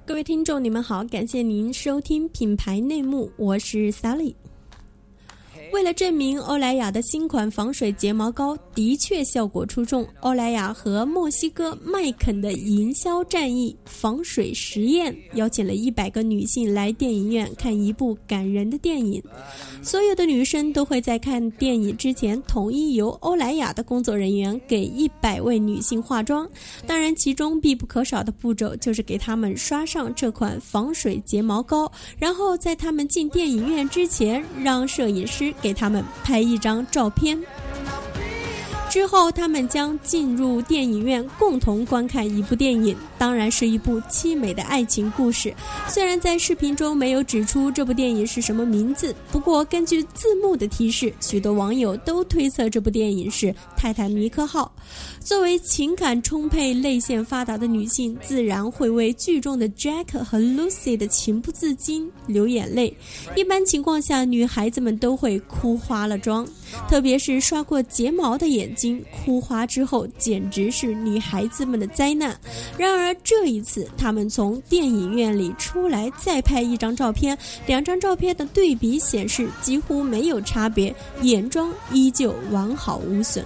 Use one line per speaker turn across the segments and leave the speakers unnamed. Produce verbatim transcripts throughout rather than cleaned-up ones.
各位听众你们好，感谢您收听品牌内幕，我是 Sally。为了证明欧莱雅的新款防水睫毛膏的确效果出众，欧莱雅和墨西哥麦肯的营销战役防水实验邀请了一百个女性来电影院看一部感人的电影。所有的女生都会在看电影之前统一由欧莱雅的工作人员给一百位女性化妆，当然其中必不可少的步骤就是给她们刷上这款防水睫毛膏，然后在她们进电影院之前让摄影师给他们拍一张照片，之后他们将进入电影院共同观看一部电影，当然是一部凄美的爱情故事。虽然在视频中没有指出这部电影是什么名字，不过根据字幕的提示，许多网友都推测这部电影是泰坦尼克号。作为情感充沛泪腺发达的女性，自然会为剧中的 Jack 和 Lucy 的情不自禁流眼泪。一般情况下，女孩子们都会哭花了妆，特别是刷过睫毛的眼睛哭花之后，简直是女孩子们的灾难。然而这一次他们从电影院里出来再拍一张照片，两张照片的对比显示几乎没有差别，眼妆依旧完好无损。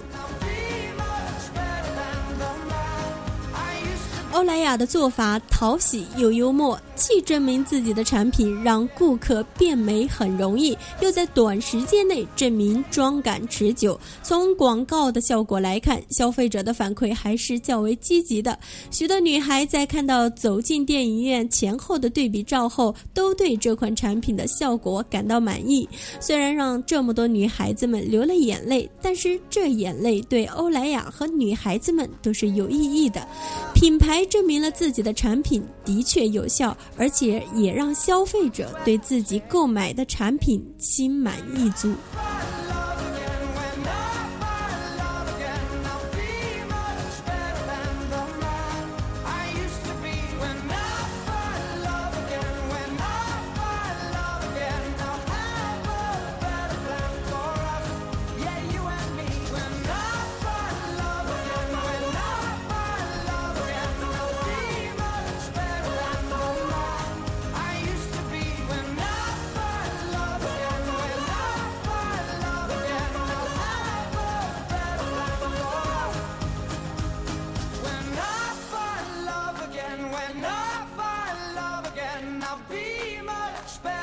欧莱雅的做法讨喜又幽默，既证明自己的产品让顾客变美很容易，又在短时间内证明妆感持久。从广告的效果来看，消费者的反馈还是较为积极的。许多女孩在看到走进电影院前后的对比照后，都对这款产品的效果感到满意。虽然让这么多女孩子们流了眼泪，但是这眼泪对欧莱雅和女孩子们都是有意义的。品牌证明了自己的产品的确有效，而且也让消费者对自己购买的产品心满意足。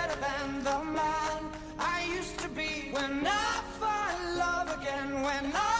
When I find love again, when I